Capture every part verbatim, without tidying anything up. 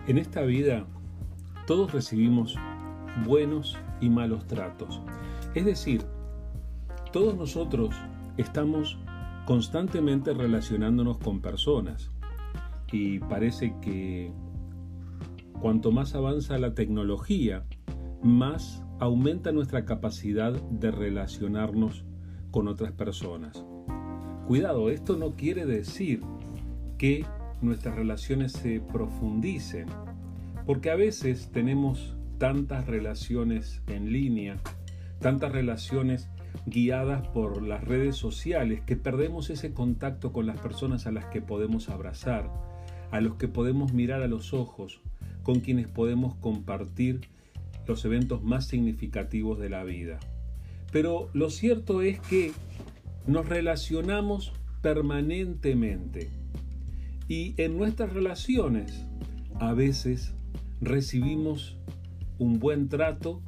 En esta vida todos recibimos buenos y malos tratos. Es decir, todos nosotros estamos constantemente relacionándonos con personas y parece que cuanto más avanza la tecnología, más aumenta nuestra capacidad de relacionarnos con otras personas. Cuidado, esto no quiere decir que nuestras relaciones se profundicen, porque a veces tenemos tantas relaciones en línea, tantas relaciones guiadas por las redes sociales, que perdemos ese contacto con las personas a las que podemos abrazar, a los que podemos mirar a los ojos, con quienes podemos compartir los eventos más significativos de la vida. Pero lo cierto es que nos relacionamos permanentemente y en nuestras relaciones a veces recibimos un buen trato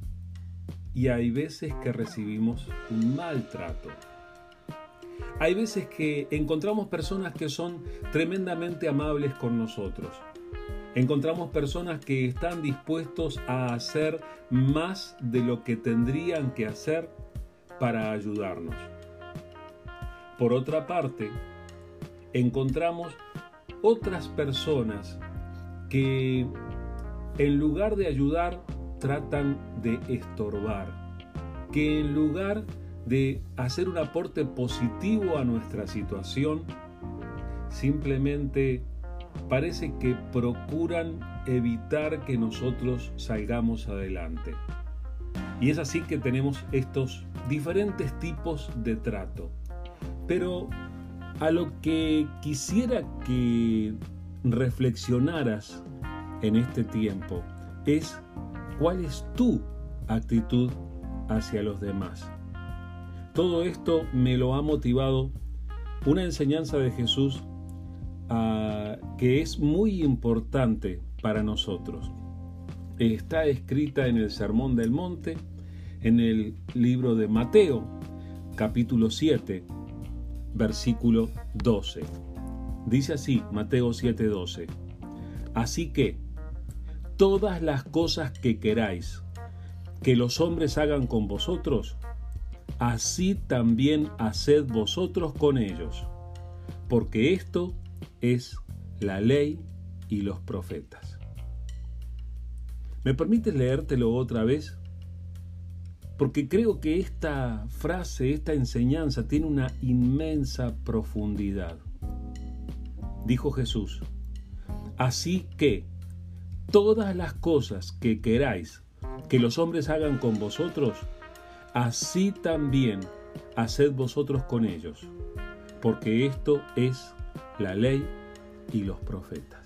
y hay veces que recibimos un mal trato. Hay veces que encontramos personas que son tremendamente amables con nosotros. Encontramos personas que están dispuestos a hacer más de lo que tendrían que hacer para ayudarnos. Por otra parte, encontramos otras personas que en lugar de ayudar tratan de estorbar, que en lugar de hacer un aporte positivo a nuestra situación, simplemente parece que procuran evitar que nosotros salgamos adelante. Y es así que tenemos estos diferentes tipos de trato. Pero a lo que quisiera que reflexionaras en este tiempo es cuál es tu actitud hacia los demás. Todo esto me lo ha motivado una enseñanza de Jesús uh, que es muy importante para nosotros. Está escrita en el Sermón del Monte, en el libro de Mateo, capítulo siete, versículo doce. Dice así, Mateo siete doce. Así que, todas las cosas que queráis que los hombres hagan con vosotros, así también haced vosotros con ellos, porque esto es la ley y los profetas. ¿Me permites leértelo otra vez? Porque creo que esta frase, esta enseñanza tiene una inmensa profundidad. Dijo Jesús, así que todas las cosas que queráis que los hombres hagan con vosotros, así también haced vosotros con ellos, porque esto es la ley y los profetas.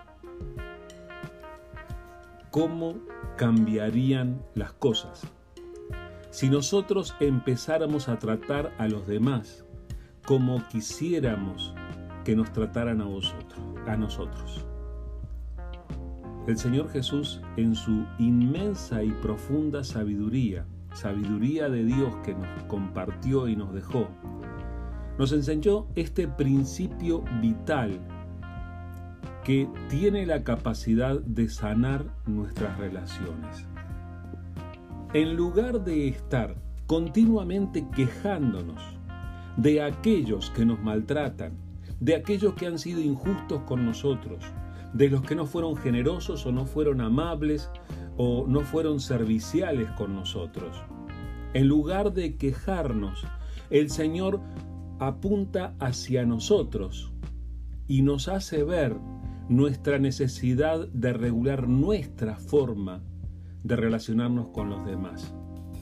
¿Cómo cambiarían las cosas si nosotros empezáramos a tratar a los demás como quisiéramos que nos trataran a vosotros, a nosotros? El Señor Jesús, en su inmensa y profunda sabiduría, sabiduría de Dios que nos compartió y nos dejó, nos enseñó este principio vital que tiene la capacidad de sanar nuestras relaciones. En lugar de estar continuamente quejándonos de aquellos que nos maltratan, de aquellos que han sido injustos con nosotros, de los que no fueron generosos o no fueron amables o no fueron serviciales con nosotros, en lugar de quejarnos, el Señor apunta hacia nosotros y nos hace ver nuestra necesidad de regular nuestra forma de relacionarnos con los demás.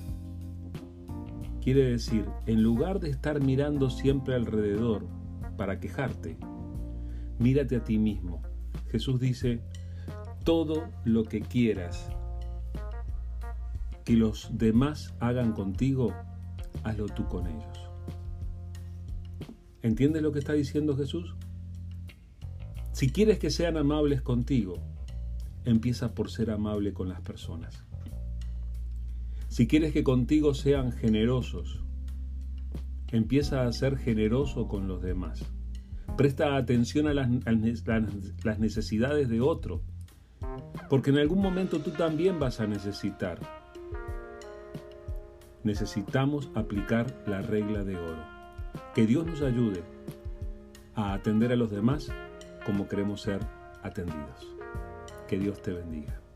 Quiere decir, en lugar de estar mirando siempre alrededor para quejarte, mírate a ti mismo. Jesús dice, todo lo que quieras que los demás hagan contigo, hazlo tú con ellos. ¿Entiendes lo que está diciendo Jesús? Si quieres que sean amables contigo, empieza por ser amable con las personas. Si quieres que contigo sean generosos, empieza a ser generoso con los demás. Presta atención a las, a las necesidades de otro. porque en algún momento tú también vas a necesitar. Necesitamos aplicar la regla de oro. Que Dios nos ayude a atender a los demás como queremos ser atendidos. Que Dios te bendiga.